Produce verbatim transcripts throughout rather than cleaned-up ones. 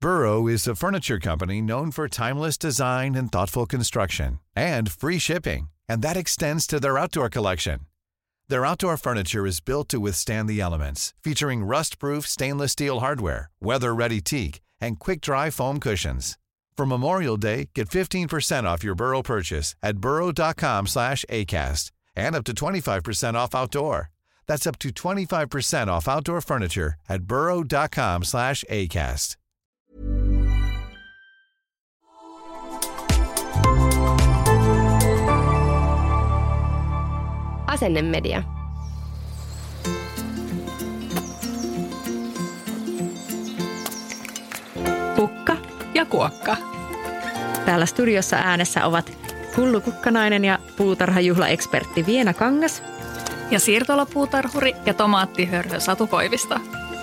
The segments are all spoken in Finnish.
Burrow is a furniture company known for timeless design and thoughtful construction, and free shipping, and that extends to their outdoor collection. Their outdoor furniture is built to withstand the elements, featuring rust-proof stainless steel hardware, weather-ready teak, and quick-dry foam cushions. For Memorial Day, get fifteen percent off your Burrow purchase at burrow.com slash ACAST and up to twenty-five percent off outdoor. That's up to twenty-five percent off outdoor furniture at burrow.com slash ACAST. Asennemedia. Kukka ja kuokka. Täällä studiossa äänessä ovat Hullu Kukkanainen ja puutarhajuhlaekspertti Viena Kangas. Ja siirtolapuutarhuri ja tomaattihörhö Satu Koivisto.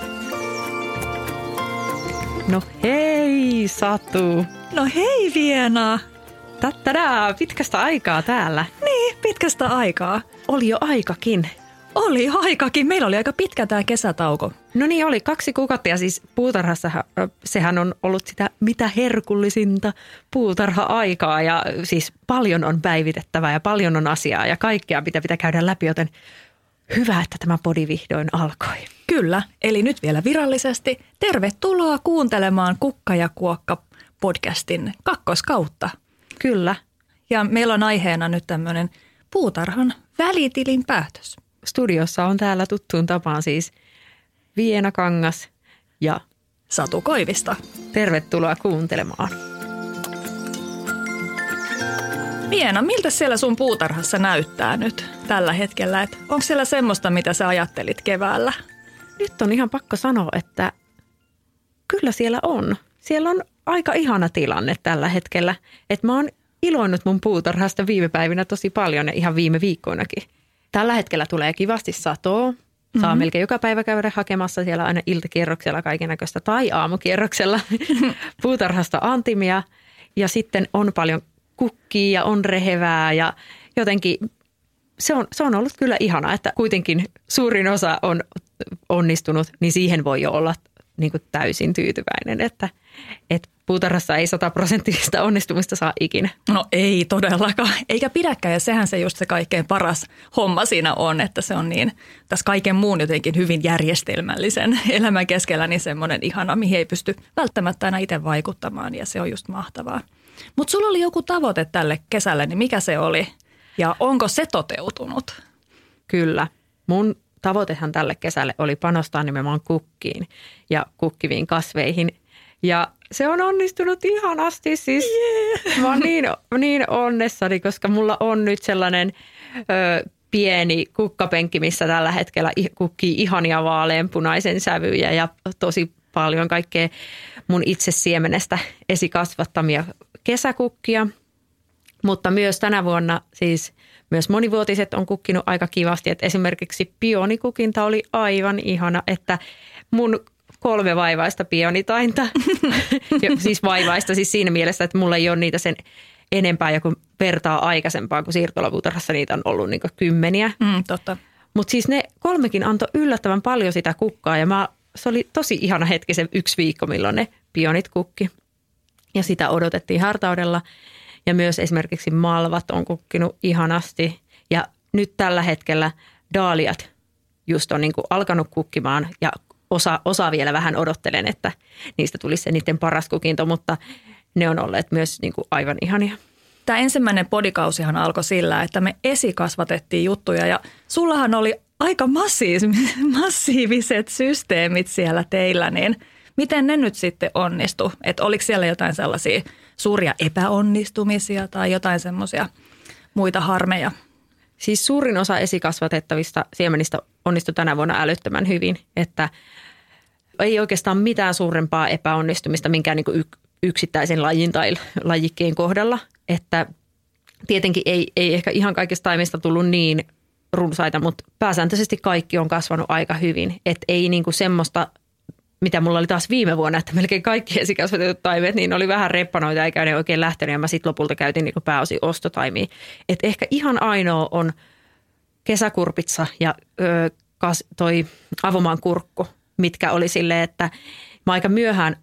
No hei Satu. No hei Viena. Tattadaa, pitkästä aikaa täällä. Niin, pitkästä aikaa. Oli jo aikakin. Oli jo aikakin. Meillä oli aika pitkä tämä kesätauko. No niin, oli kaksi kuukautta ja siis puutarhassa sehän on ollut sitä mitä herkullisinta puutarha-aikaa ja siis paljon on päivitettävää ja paljon on asiaa ja kaikkea mitä pitää käydä läpi, joten hyvä, että tämä podi vihdoin alkoi. Kyllä, eli nyt vielä virallisesti tervetuloa kuuntelemaan Kukka ja Kuokka podcastin kakkoskautta. Kyllä. Ja meillä on aiheena nyt tämmöinen puutarhan välitilin päätös. Studiossa on täällä tuttuun tapaan siis Viena Kangas ja Satu Koivisto. Tervetuloa kuuntelemaan. Viena, miltä siellä sun puutarhassa näyttää nyt tällä hetkellä? Et onko siellä semmoista, mitä sä ajattelit keväällä? Nyt on ihan pakko sanoa, että kyllä siellä on. Siellä on aika ihana tilanne tällä hetkellä. Että mä oon iloinnut mun puutarhasta viime päivinä tosi paljon ja ihan viime viikkoinakin. Tällä hetkellä tulee kivasti satoa. Saa mm-hmm. melkein joka päivä käydä hakemassa siellä aina iltakierroksella kaikennäköistä tai aamukierroksella puutarhasta antimia. Ja sitten on paljon kukkia ja on rehevää ja jotenkin se on, se on ollut kyllä ihanaa, että kuitenkin suurin osa on onnistunut, niin siihen voi jo olla niin kuin täysin tyytyväinen, että, että puutarhassa ei sataprosenttista onnistumista saa ikinä. No ei todellakaan, eikä pidäkään ja sehän se just se kaikkein paras homma siinä on, että se on niin tässä kaiken muun jotenkin hyvin järjestelmällisen elämän keskellä niin semmoinen ihana, mihin ei pysty välttämättä aina itse vaikuttamaan ja se on just mahtavaa. Mutta sulla oli joku tavoite tälle kesälle, niin mikä se oli ja onko se toteutunut? Kyllä, mun tavoitehan tälle kesälle oli panostaa nimenomaan kukkiin ja kukkiviin kasveihin. Ja se on onnistunut ihanasti. Siis yeah. Mä oon niin, niin onnessani, koska mulla on nyt sellainen ö, pieni kukkapenkki, missä tällä hetkellä kukkii ihania vaaleanpunaisen sävyjä ja tosi paljon kaikkea mun itse siemenestä esikasvattamia kesäkukkia. Mutta myös tänä vuonna siis myös monivuotiset on kukkinut aika kivasti. Et esimerkiksi pionikukinta oli aivan ihana, että mun kolme vaivaista pionitainta, siis vaivaista siis siinä mielessä, että mulla ei ole niitä sen enempää ja kun vertaa aikaisempaan, kun siirtolapuutarhassa niitä on ollut niin kuin kymmeniä. Mm, totta. Mutta siis ne kolmekin antoi yllättävän paljon sitä kukkaa ja mä, se oli tosi ihana hetki se yksi viikko, milloin ne pionit kukki ja sitä odotettiin hartaudella. Ja myös esimerkiksi malvat on kukkinut ihanasti ja nyt tällä hetkellä daaliat just on niin kuin alkanut kukkimaan ja osa, osa vielä vähän odottelen, että niistä tulisi se niiden paras kukinto, mutta ne on olleet myös niin kuin aivan ihania. Tämä ensimmäinen podikausihan alkoi sillä, että me esikasvatettiin juttuja ja sullahan oli aika massiiviset systeemit siellä teillä, niin miten ne nyt sitten onnistu? Että oliko siellä jotain sellaisia suuria epäonnistumisia tai jotain semmoisia muita harmeja? Siis suurin osa esikasvatettavista siemenistä onnistui tänä vuonna älyttömän hyvin, että ei oikeastaan mitään suurempaa epäonnistumista minkään niin kuin yksittäisen lajin tai lajikkeen kohdalla. Että tietenkin ei, ei ehkä ihan kaikista taimista tullut niin runsaita, mutta pääsääntöisesti kaikki on kasvanut aika hyvin. Että ei niin kuin semmoista, mitä mulla oli taas viime vuonna, että melkein kaikki esikasvatetut taimet, niin oli vähän reppanoita eikä ne oikein lähtenyt. Ja mä sitten lopulta käytin niin kuin pääosin ostotaimia. Että ehkä ihan ainoa on kesäkurpitsa ja ö, kas, toi avomaan kurkku, mitkä oli silleen, että mä aika myöhään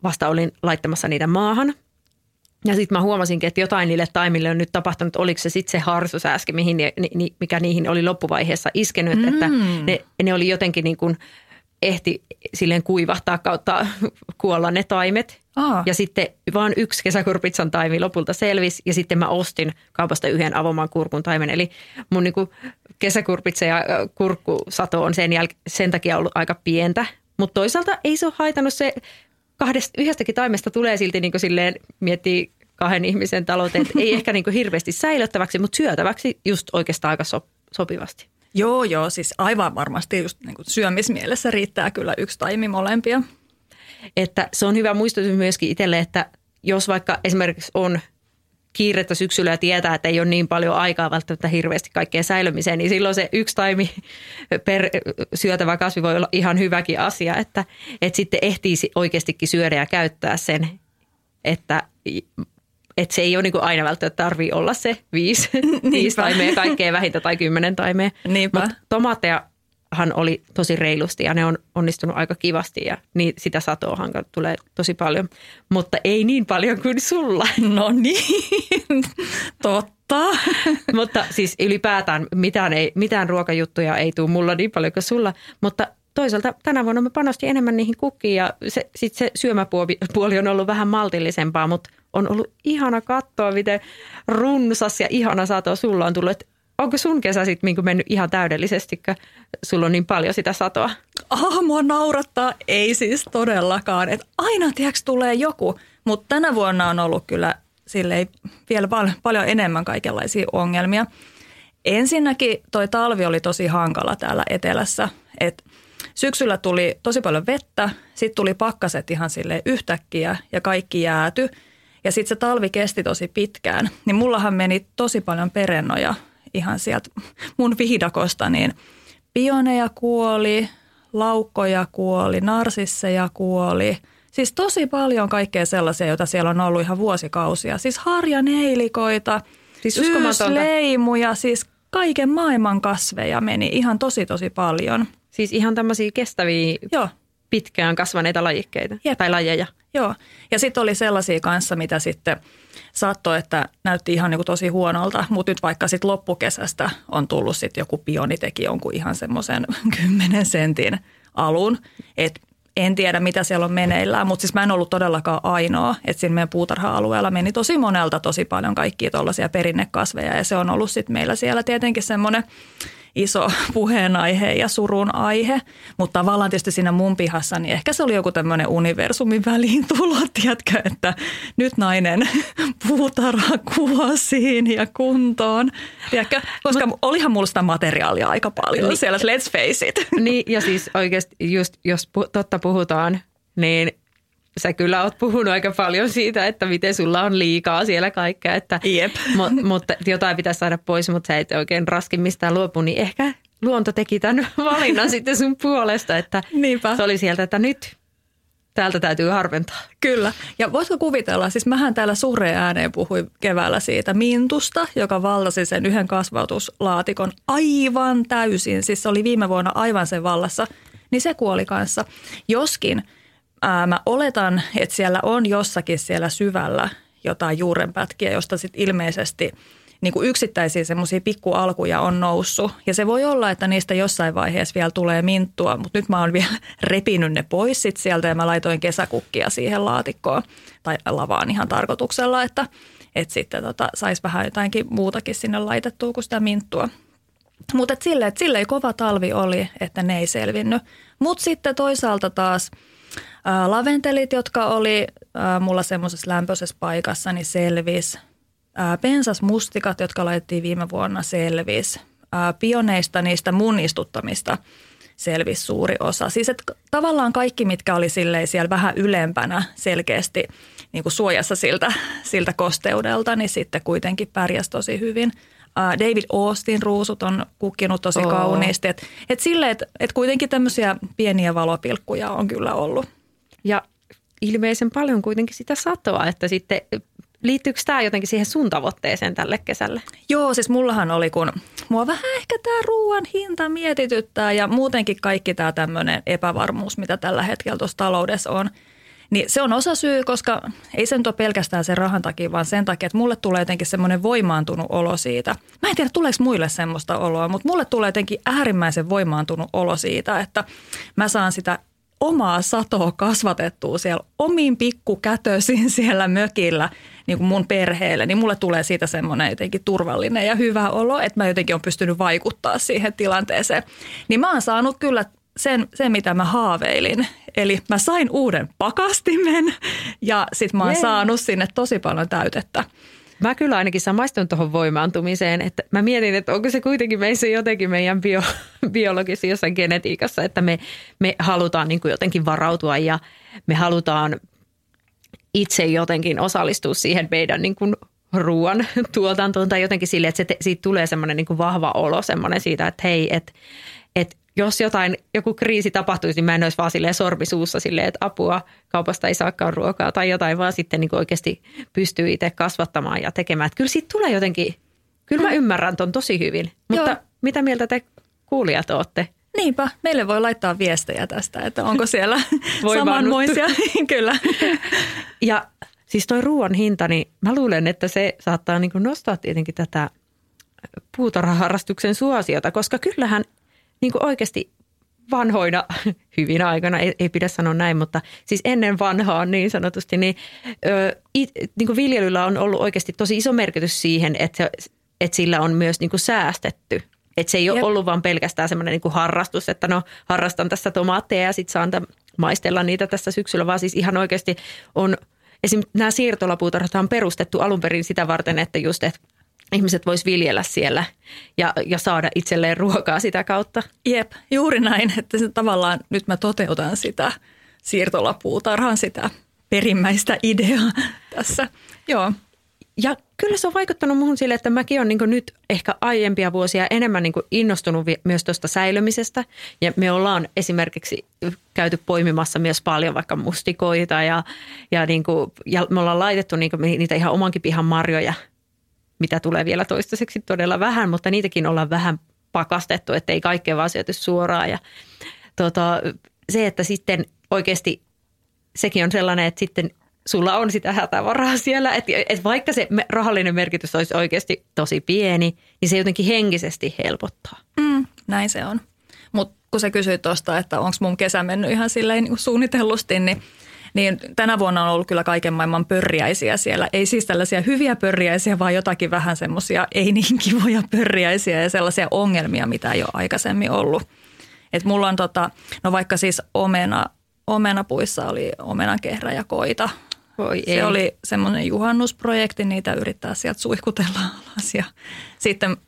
vasta olin laittamassa niitä maahan. Ja sitten mä huomasinkin, että jotain niille taimille on nyt tapahtunut. Oliko se sitten se harsusääski, mihin ne, ni, mikä niihin oli loppuvaiheessa iskenyt, mm. että ne, ne oli jotenkin niin kuin ehti silleen kuivahtaa kautta kuolla ne taimet. Aa. Ja sitten vaan yksi kesäkurpitsan taimi lopulta selvisi ja sitten mä ostin kaupasta yhden avomaan kurkun taimen. Eli mun niin kuin kesäkurpitsa ja kurkkusato on sen, jäl- sen takia ollut aika pientä. Mutta toisaalta ei se ole haitannut se, kahdesta, yhdestäkin taimesta tulee silti niin kuin silleen, miettii kahden ihmisen talouteen, ei ehkä niin kuin hirveästi säilöttäväksi, mutta syötäväksi just oikeastaan aika so, sopivasti. Joo, joo, siis aivan varmasti just niin kuin syömismielessä riittää kyllä yksi taimi molempia. Että se on hyvä muistutus myöskin itselle, että jos vaikka esimerkiksi on kiirettä syksyllä ja tietää, että ei ole niin paljon aikaa välttämättä hirveästi kaikkeen säilymiseen, niin silloin se yksi taimi per syötävä kasvi voi olla ihan hyväkin asia, että, että sitten ehtii oikeastikin syödä ja käyttää sen, että, että se ei ole niin kuin aina välttämättä tarvitse olla se viisi, viisi taimea kaikkea vähintä tai kymmenen taimea. Mutta tomaattejahan oli tosi reilusti ja ne on onnistunut aika kivasti ja niin sitä satoahan tulee tosi paljon, mutta ei niin paljon kuin sulla. No niin, totta. Mutta siis ylipäätään mitään, ei, mitään ruokajuttuja ei tule mulla niin paljon kuin sulla, mutta toisaalta tänä vuonna mä panostin enemmän niihin kukkiin ja se, sit se syömäpuoli on ollut vähän maltillisempaa, mutta on ollut ihana katsoa, miten runsas ja ihana sato sulla on tullut. Et onko sun kesä sitten niin mennyt ihan täydellisesti, kun sulla on niin paljon sitä satoa? Ah, mua naurattaa. Ei siis todellakaan. Et aina tiedätkö tulee joku, mutta tänä vuonna on ollut kyllä silleen vielä pal- paljon enemmän kaikenlaisia ongelmia. Ensinnäkin toi talvi oli tosi hankala täällä etelässä, että syksyllä tuli tosi paljon vettä, sitten tuli pakkaset ihan silleen yhtäkkiä ja kaikki jääty. Ja sitten se talvi kesti tosi pitkään, niin mullahan meni tosi paljon perennoja ihan sieltä mun viidakosta, niin pioneja kuoli, laukkoja kuoli, narsisseja kuoli. Siis tosi paljon kaikkea sellaisia, joita siellä on ollut ihan vuosikausia. Siis harjaneilikoita, siis syysleimuja, siis kaiken maailman kasveja meni ihan tosi tosi paljon. Siis ihan tämmöisiä kestäviä, Joo. pitkään kasvaneita lajikkeita Jep. tai lajeja. Joo, ja sitten oli sellaisia kanssa, mitä sitten saattoi, että näytti ihan niin kuin tosi huonolta, mutta nyt vaikka sitten loppukesästä on tullut sitten joku pioni teki jonkun ihan semmoisen kymmenen sentin alun, että en tiedä mitä siellä on meneillään, mutta siis mä en ollut todellakaan ainoa, että siinä meidän puutarha-alueella meni tosi monelta tosi paljon kaikkia tuollaisia perinnekasveja ja se on ollut sitten meillä siellä tietenkin semmoinen iso puheenaihe ja surun aihe, mutta tavallaan tietysti siinä mun pihassa, niin ehkä se oli joku tämmöinen universumin väliin tulo, tiedätkö, että nyt nainen puutarha kuosiin ja kuntoon, tiedätkö, koska Mut, olihan mulla sitä materiaalia aika paljon niin, siellä, let's face it. Niin, ja siis oikeasti just, jos totta puhutaan, niin sä kyllä oot puhunut aika paljon siitä, että miten sulla on liikaa siellä kaikkea, että, Jep. mu, mutta jotain pitäisi saada pois, mutta sä et oikein raskin mistään luopu, niin ehkä luonto teki tämän valinnan sitten sun puolesta, että Niinpä. Se oli sieltä, että nyt täältä täytyy harventaa. Kyllä, ja voitko kuvitella, siis mähän täällä suureen ääneen puhuin keväällä siitä mintusta, joka valtasi sen yhden kasvatuslaatikon aivan täysin, siis se oli viime vuonna aivan sen vallassa, niin se kuoli kanssa, joskin Ää, mä oletan, että siellä on jossakin siellä syvällä jotain juurenpätkiä, josta sitten ilmeisesti niin kuin yksittäisiä semmoisia pikkualkuja on noussut. Ja se voi olla, että niistä jossain vaiheessa vielä tulee minttua, mutta nyt mä oon vielä repinyt ne pois sit sieltä ja mä laitoin kesäkukkia siihen laatikkoon tai lavaan ihan tarkoituksella, että, että sitten tota, saisi vähän jotainkin muutakin sinne laitettua kuin sitä minttua. Mutta silleen, että silleen kova talvi oli, että ne ei selvinnyt. Mutta sitten toisaalta taas Ää, laventelit, jotka oli ää, mulla semmoisessa lämpöisessä paikassa, niin selvisi. Ää, pensasmustikat, jotka laitettiin viime vuonna, selvisi. Ää, pioneista, niistä mun istuttamista selvisi suuri osa. Siis et, tavallaan kaikki, mitkä oli silleen siellä vähän ylempänä selkeästi niin kuin suojassa siltä, siltä kosteudelta, niin sitten kuitenkin pärjäsi tosi hyvin. Ää, David Austin ruusut on kukkinut tosi oh. kauniisti. Että et silleen, että et kuitenkin tämmöisiä pieniä valopilkkuja on kyllä ollut. Ja ilmeisen paljon kuitenkin sitä satoa, että sitten liittyykö tämä jotenkin siihen sun tavoitteeseen tälle kesälle? Joo, siis mullahan oli, kun mua vähän ehkä tämä ruoan hinta mietityttää ja muutenkin kaikki tämä tämmöinen epävarmuus, mitä tällä hetkellä tuossa taloudessa on. Niin se on osa syy, koska ei se nyt ole pelkästään sen rahan takia, vaan sen takia, että mulle tulee jotenkin semmoinen voimaantunut olo siitä. Mä en tiedä, tuleeko muille semmoista oloa, mutta mulle tulee jotenkin äärimmäisen voimaantunut olo siitä, että mä saan sitä omaa satoa kasvatettua siellä omiin pikkukätöisin siellä mökillä niin kuin mun perheelle, niin mulle tulee siitä semmoinen jotenkin turvallinen ja hyvä olo, että mä jotenkin on pystynyt vaikuttaa siihen tilanteeseen. Niin mä oon saanut kyllä sen, sen mitä mä haaveilin. Eli mä sain uuden pakastimen ja sit mä oon Jee. saanut sinne tosi paljon täytettä. Mä kyllä ainakin samaistun tuohon voimaantumiseen, että mä mietin, että onko se kuitenkin meissä jotenkin meidän bio, biologissa jossain genetiikassa, että me, me halutaan niin kuin jotenkin varautua ja me halutaan itse jotenkin osallistua siihen meidän niin kuin ruoan tuotantoon tai jotenkin sille, että se te, siitä tulee semmoinen niin kuin vahva olo, semmoinen siitä, että hei, että, että jos jotain, joku kriisi tapahtuisi, niin mä en olisi vaan silleen sormisuussa silleen, että apua, kaupasta ei saakaan ruokaa tai jotain, vaan sitten niin kuin oikeasti pystyy itse kasvattamaan ja tekemään. Että kyllä siitä tulee jotenkin, kyllä mä ymmärrän ton tosi hyvin, mutta Joo. mitä mieltä te kuulijat ootte? Niinpä, meille voi laittaa viestejä tästä, että onko siellä samanmoisia. Kyllä. Ja siis toi ruoan hinta, niin mä luulen, että se saattaa niin kuin nostaa tietenkin tätä puutarhaharrastuksen suosiota, koska kyllähän niin kuin oikeasti vanhoina, hyvinä aikana, ei, ei pidä sanoa näin, mutta siis ennen vanhaa niin sanotusti, niin, ö, it, niin kuin viljelyllä on ollut oikeasti tosi iso merkitys siihen, että, että sillä on myös niin kuin säästetty. Että se ei ole Jep. ollut vaan pelkästään semmoinen niin kuin harrastus, että no harrastan tässä tomaatteja ja sitten saan maistella niitä tässä syksyllä, vaan siis ihan oikeasti on, esimerkiksi nämä siirtolapuutarhat on perustettu alun perin sitä varten, että just, että ihmiset vois viljellä siellä ja, ja saada itselleen ruokaa sitä kautta. Jep, juuri näin, että se tavallaan nyt mä toteutan sitä siirtolapuutarhan, sitä perimmäistä ideaa tässä. Joo. Ja kyllä se on vaikuttanut muuhun sille, että mäkin olen niin kuin nyt ehkä aiempia vuosia enemmän niin kuin innostunut myös tuosta säilymisestä. Ja me ollaan esimerkiksi käyty poimimassa myös paljon vaikka mustikoita ja, ja, niin kuin, ja me ollaan laitettu niin kuin niitä ihan omankin pihan marjoja, mitä tulee vielä toistaiseksi todella vähän, mutta niitäkin ollaan vähän pakastettu, ettei kaikkea vaan syöty suoraan. Ja tota, se, että sitten oikeasti sekin on sellainen, että sitten sulla on sitä hätävaraa siellä, että, että vaikka se rahallinen merkitys olisi oikeasti tosi pieni, niin se jotenkin henkisesti helpottaa. Mm, näin se on. Mutta kun sä kysyit tuosta, että onko mun kesä mennyt ihan silleen niin kuin suunnitellusti, niin, niin tänä vuonna on ollut kyllä kaiken maailman pörriäisiä siellä. Ei siis tällaisia hyviä pörriäisiä, vaan jotakin vähän semmoisia ei niin kivoja pörriäisiä ja sellaisia ongelmia, mitä ei ole aikaisemmin ollut. Et mulla on tota, no vaikka siis omena, omenapuissa oli omenakehrä ja koita. Voi se ei. oli semmoinen juhannusprojekti, niitä yrittää sieltä suihkutella alas ja sitten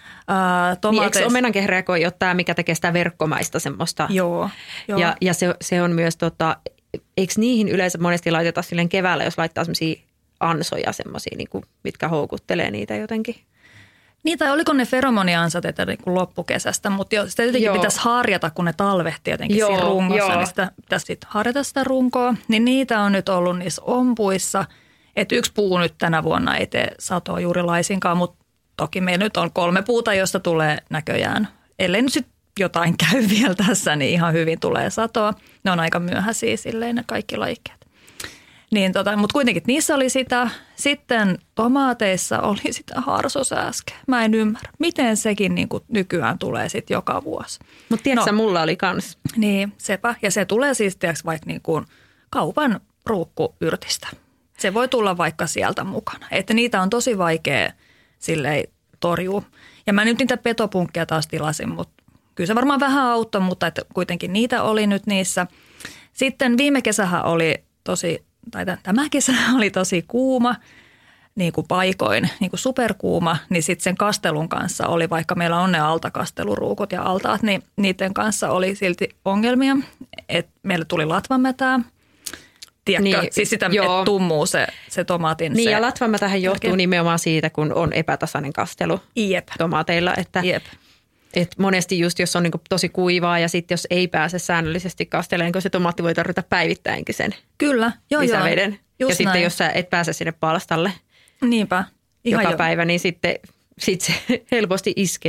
ää, tomaateissa. Niin, eikö omenankehräjäkoi ole tämä, mikä tekee sitä verkkomaista semmoista? Joo. joo. Ja, ja se, se on myös, tota, eikö niihin yleensä monesti laiteta silleen keväällä, jos laittaa semmoisia ansoja semmoisia, niin kuin, mitkä houkuttelee niitä jotenkin? Niin, tai oliko ne feromoniansat, että niin kuin loppukesästä, mutta jo, sitä jotenkin joo. pitäisi harjata, kun ne talvehti jotenkin joo, siinä rungossa, joo. niin sitä pitäisi sitten harjata sitä runkoa. Niin niitä on nyt ollut niissä ompuissa, että yksi puu nyt tänä vuonna ei tee satoa juuri laisinkaan, mutta toki meillä nyt on kolme puuta, josta tulee näköjään, ellei nyt sitten jotain käy vielä tässä, niin ihan hyvin tulee satoa. Ne on aika myöhäisiä silleen ne kaikki lajikkeet. Niin tota, mutta kuitenkin niissä oli sitä. Sitten tomaateissa oli sitä harsosääskeä. Mä en ymmärrä, miten sekin niin kuin nykyään tulee sitten joka vuosi. Mutta tiedätkö, no, mulla oli kans. Niin, sepä. Ja se tulee siis tiedätkö, vaikka niin kuin kaupan ruukkuyrtistä. Se voi tulla vaikka sieltä mukana. Että niitä on tosi vaikea silleen torjua. Ja mä nyt niitä petopunkkeja taas tilasin, mutta kyllä se varmaan vähän auttoi, mutta että kuitenkin niitä oli nyt niissä. Sitten viime kesähän oli tosi... tai tämä kesä oli tosi kuuma, niin kuin paikoin, niin kuin superkuuma, niin sitten sen kastelun kanssa oli, vaikka meillä on ne altakasteluruukut ja altaat, niin niiden kanssa oli silti ongelmia, että meillä tuli latvamätää. Tiedätkö, niin, siis sitä, että tummuu se, se tomaatin. Niin se ja latvamätähän johtuu jälkeen. Nimenomaan siitä, kun on epätasainen kastelu Jep. tomaateilla, että Jep. Et monesti just, jos on niinku tosi kuivaa ja sitten jos ei pääse säännöllisesti kastelemaan, niin se tomaatti voi tarvita päivittäinkin sen Kyllä, joo, lisäveden. Just ja näin. sitten jos sä et pääse sinne palstalle Niinpä. Ihan joka jo. päivä, niin sitten sit se helposti iskee.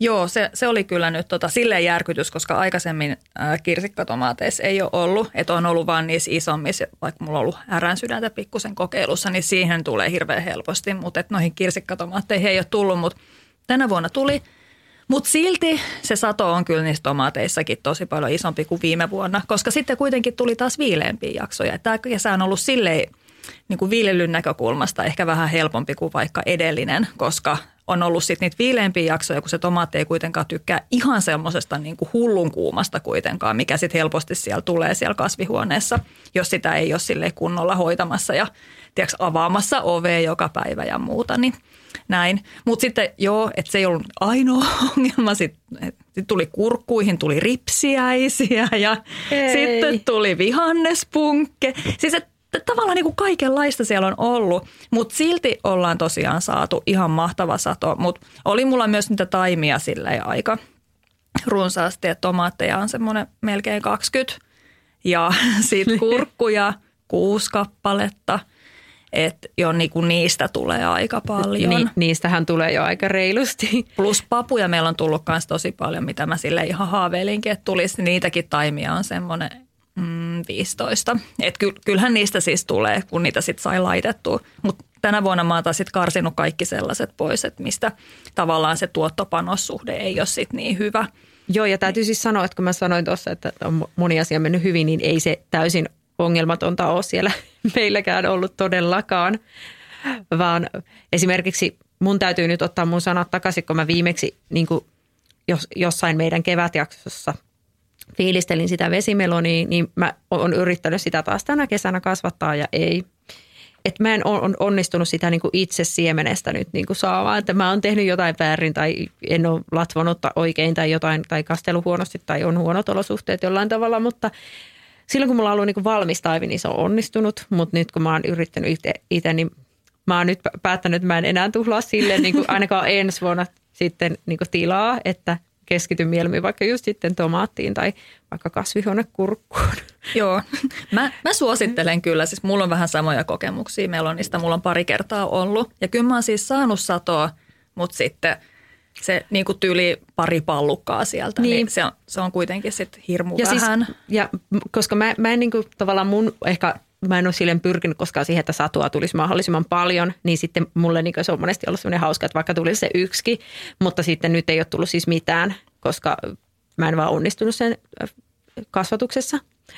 Joo, se, se oli kyllä nyt tota, silleen järkytys, koska aikaisemmin ää, kirsikkatomaateissa ei ole ollut. Että on ollut vaan niissä isommissa, vaikka mulla on ollut ärän sydäntä pikkusen kokeilussa, niin siihen tulee hirveän helposti. Mutta noihin kirsikkatomaatteihin ei ole tullut, mutta tänä vuonna tuli. Mutta silti se sato on kyllä niissä tomaateissakin tosi paljon isompi kuin viime vuonna, koska sitten kuitenkin tuli taas viileämpiä jaksoja. Tämä kesä on ollut silleen niin kuin viljelyn näkökulmasta ehkä vähän helpompi kuin vaikka edellinen, koska on ollut sitten niitä viileämpiä jaksoja, kun se tomaatti ei kuitenkaan tykkää ihan semmoisesta niin kuin hullun kuumasta kuitenkaan, mikä sitten helposti siellä tulee siellä kasvihuoneessa, jos sitä ei ole silleen kunnolla hoitamassa ja tiedätkö, avaamassa ovea joka päivä ja muuta, niin näin. Mutta sitten joo, että se ei ollut ainoa ongelma. Sitten sit tuli kurkkuihin, tuli ripsiäisiä ja ei. Sitten tuli vihannespunkke. Siis että tavallaan niin kuin kaikenlaista siellä on ollut, mutta silti ollaan tosiaan saatu ihan mahtava sato. Mutta oli mulla myös niitä taimia silleen aika runsaasti, että tomaatteja on semmoinen melkein kaksikymmentä ja sitten kurkkuja kuusi kappaletta. Että jo niinku niistä tulee aika paljon. Ni, niistähän tulee jo aika reilusti. Plus papuja meillä on tullut myös tosi paljon, mitä mä sille ihan haaveilinkin, että tulisi. Niitäkin taimia on semmoinen mm, viisitoista. Että ky, kyllähän niistä siis tulee, kun niitä sitten sai laitettua. Mutta tänä vuonna mä oon taas sitten karsinut kaikki sellaiset pois, että mistä tavallaan se tuottopanossuhde ei ole sitten niin hyvä. Joo, ja täytyy siis sanoa, että kun mä sanoin tuossa, että on moni asia mennyt hyvin, niin ei se täysin ongelmatonta ole siellä meilläkään ollut todellakaan, vaan esimerkiksi mun täytyy nyt ottaa mun sanat takaisin, kun mä viimeksi niin kuin jos, jossain meidän kevätjaksossa fiilistelin sitä vesimelonia, niin mä oon yrittänyt sitä taas tänä kesänä kasvattaa ja ei. Että mä en ole onnistunut sitä niin kuin itse siemenestä nyt niin kuin saamaan, että mä oon tehnyt jotain väärin tai en ole latvonut oikein tai jotain tai kastellut huonosti tai on huonot olosuhteet jollain tavalla, mutta silloin kun mulla on ollut niin kuin valmis taivi, niin se on onnistunut, mutta nyt kun mä oon yrittänyt itse, niin mä oon nyt päättänyt, että mä en enää tuhlaa silleen niin kuin ainakaan ensi vuonna sitten niin kuin tilaa, että keskityn mieluummin vaikka just sitten tomaattiin tai vaikka kasvihuonekurkkuun. Joo, mä, mä suosittelen kyllä, siis mulla on vähän samoja kokemuksia melonista, mulla on pari kertaa ollut ja kyllä mä oon siis saanut satoa, mutta sitten se niin kuin tyyli pari pallukkaa sieltä, niin, niin se, on, se on kuitenkin sitten hirmu ja vähän. Siis, ja koska mä, mä en niin kuin tavallaan mun ehkä, mä en ole silleen pyrkinyt koskaan siihen, että satoa tulisi mahdollisimman paljon, niin sitten mulle niin kuin se on monesti ollut sellainen hauska, että vaikka tulisi se yksikin, mutta sitten nyt ei ole tullut siis mitään, koska mä en vaan onnistunut sen kasvatuksessa.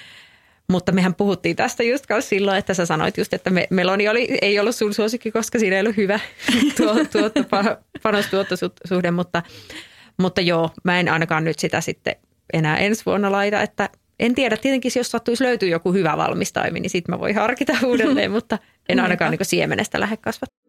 Mutta mehän puhuttiin tästä just silloin, että sä sanoit just, että me, meloni oli, ei ollut sun suosikki, koska siinä ei ollut hyvä tuo, tuotto, panostuottosuhde, mutta, mutta joo, mä en ainakaan nyt sitä sitten enää ensi vuonna laita, että en tiedä, tietenkin jos sattuisi löytyy joku hyvä valmistaimi, niin sitten mä voin harkita uudelleen, mutta en ainakaan niin kuin siemenestä lähde kasvattaa.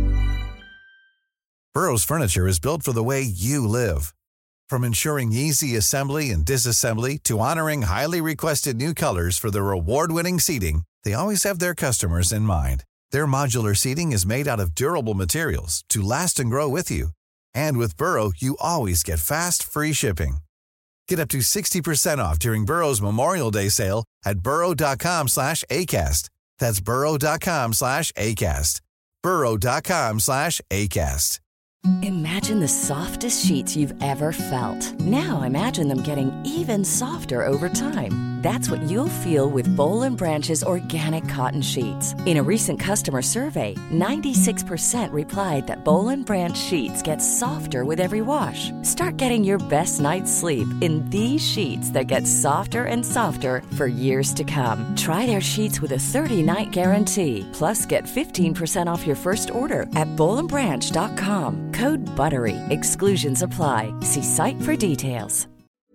Burrow's furniture is built for the way you live. From ensuring easy assembly and disassembly to honoring highly requested new colors for their award-winning seating, they always have their customers in mind. Their modular seating is made out of durable materials to last and grow with you. And with Burrow, you always get fast, free shipping. Get up to sixty percent off during Burrow's Memorial Day sale at burrow.com slash ACAST. That's burrow.com slash ACAST. burrow.com slash ACAST. Imagine the softest sheets you've ever felt. Now imagine them getting even softer over time. That's what you'll feel with Boll and Branch's organic cotton sheets. In a recent customer survey, ninety-six percent replied that Boll and Branch sheets get softer with every wash. Start getting your best night's sleep in these sheets that get softer and softer for years to come. Try their sheets with a thirty-night guarantee. Plus, get fifteen percent off your first order at boll and branch dot com. Code BUTTERY. Exclusions apply. See site for details.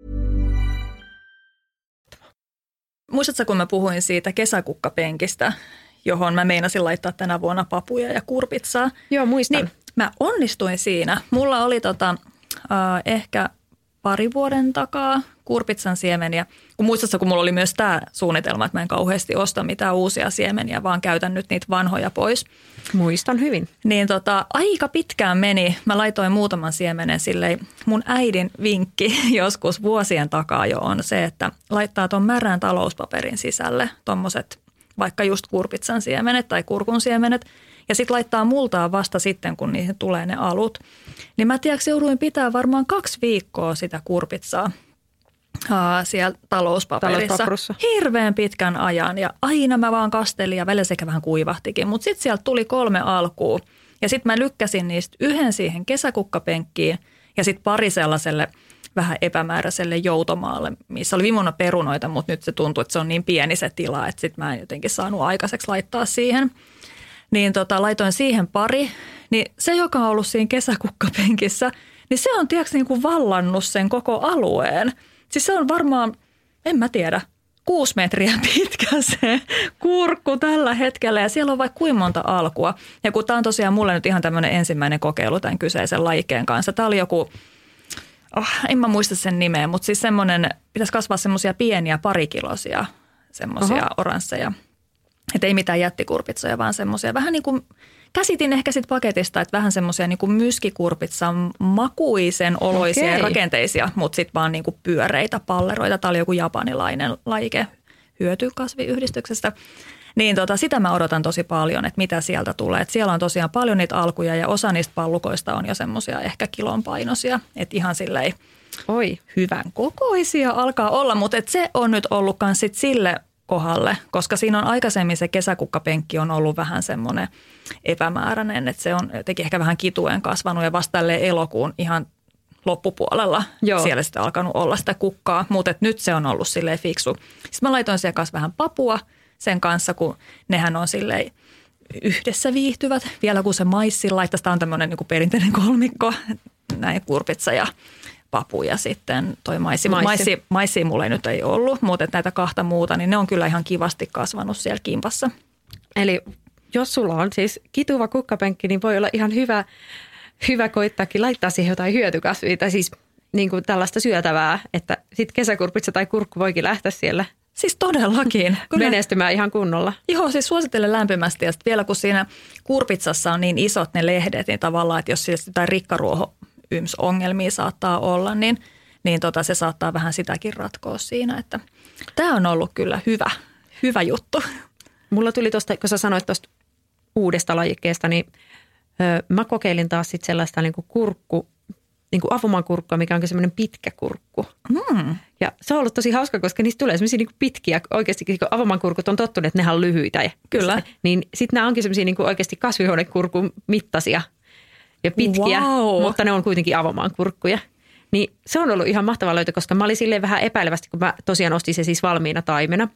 Muistatko, kun mä puhuin siitä kesäkukkapenkistä, johon mä meinasin laittaa tänä vuonna papuja ja kurpitsaa? Joo, muistan. Niin mä onnistuin siinä. Mulla oli tota, äh, ehkä pari vuoden takaa kurpitsan siemeniä. Kun muistatko, kun mulla oli myös tämä suunnitelma, että mä en kauheasti osta mitään uusia siemeniä, vaan käytän nyt niitä vanhoja pois. Muistan hyvin. Niin tota, aika pitkään meni. Mä laitoin muutaman siemenen silleen. Mun äidin vinkki joskus vuosien takaa jo on se, että laittaa ton märän talouspaperin sisälle tommoset vaikka just kurpitsan siemenet tai kurkun siemenet, ja sitten laittaa multaa vasta sitten, kun niihin tulee ne alut. Niin mä tiedätkö, jouduin pitää varmaan kaksi viikkoa sitä kurpitsaa aa, siellä talouspaperissa. Hirveän pitkän ajan, ja aina mä vaan kastelin, ja välillä sekä vähän kuivahtikin, mutta sitten sieltä tuli kolme alkua, ja sitten mä lykkäsin niistä yhden siihen kesäkukkapenkkiin, ja sitten pari sellaiselle vähän epämääräiselle joutomaalle, missä oli vimuna perunoita, mutta nyt se tuntuu, että se on niin pieni se tila, että sitten mä en jotenkin saanut aikaiseksi laittaa siihen. Niin tota, laitoin siihen pari, niin se, joka on ollut siinä kesäkukkapenkissä, niin se on tiedätkö niin kuin vallannut sen koko alueen. Siis se on varmaan, en mä tiedä, kuusi metriä pitkä se kurkku tällä hetkellä ja siellä on vaikka kuinka monta alkua. Ja kun tämä on tosiaan mulle nyt ihan tämmöinen ensimmäinen kokeilu tämän kyseisen lajikkeen kanssa. Tämä oli joku, oh, en mä muista sen nimeä, mutta siis semmoinen, pitäisi kasvaa semmoisia pieniä parikilosia semmoisia oransseja. Että ei mitään jättikurpitsoja, vaan semmoisia vähän niin kuin, käsitin ehkä sit paketista, että vähän semmoisia niin kuin myskikurpitsan makuisen oloisia ja rakenteisia, mutta sitten vaan niin kuin pyöreitä palleroita. Tämä oli joku japanilainen lajike hyötykasviyhdistyksestä. Niin tota, sitä mä odotan tosi paljon, että mitä sieltä tulee. Et siellä on tosiaan paljon niitä alkuja ja osa niistä pallukoista on jo semmoisia ehkä kilon painoisia. Että ihan silleen Oi. hyvän kokoisia alkaa olla, mutta et se on nyt ollut myös sit sille kohdalle, koska siinä on aikaisemmin se kesäkukkapenkki on ollut vähän semmoinen epämääräinen, että se on jotenkin ehkä vähän kituen kasvanut ja vasta tälleen elokuun ihan loppupuolella Joo. siellä sitten alkanut olla sitä kukkaa, mutta nyt se on ollut silleen fiksu. Sitten mä laitoin siellä kanssa vähän papua sen kanssa, kun nehän on silleen yhdessä viihtyvät. Vielä kun se maissi laittaisi, tämä on tämmöinen niin kuin perinteinen kolmikko, näin kurpitsa ja papu ja sitten toi maissi. Maissi. Maissi, maissi mulla ei nyt ei ollut, mutta näitä kahta muuta, niin ne on kyllä ihan kivasti kasvanut siellä kimpassa. Eli jos sulla on siis kituva kukkapenkki, niin voi olla ihan hyvä, hyvä koittaakin laittaa siihen jotain hyötykasvia tai siis niin kuin tällaista syötävää, että sitten kesäkurpitsa tai kurkku voikin lähteä siellä. Siis todellakin. Menestymään ihan kunnolla. Joo, siis suosittelen lämpimästi ja vielä kun siinä kurpitsassa on niin isot ne lehdet, niin tavallaan, että jos siellä jotain rikkaruoho ongelmia saattaa olla, niin, niin tota, se saattaa vähän sitäkin ratkoa siinä, että tämä on ollut kyllä hyvä, hyvä juttu. Mulla tuli tuosta, kun sä sanoit tuosta uudesta lajikkeesta, niin ö, mä kokeilin taas sitten sellaista niin kuin kurkku, niin kuin avomankurkkua, mikä onkin semmoinen pitkä kurkku. Mm. Ja se on ollut tosi hauska, koska niistä tulee semmoisia niin kuin pitkiä, oikeasti kun avomankurkut on tottunut, että nehän on lyhyitä. Ja, kyllä. Niin sitten nämä onkin semmoisia niin kuin oikeasti kasvihuonekurkun mittaisia ja pitkiä, wow. mutta ne on kuitenkin avomankurkkuja. Niin se on ollut ihan mahtava löytö, koska mä olin silleen vähän epäilevästi, kun mä tosiaan ostin se siis valmiina taimena.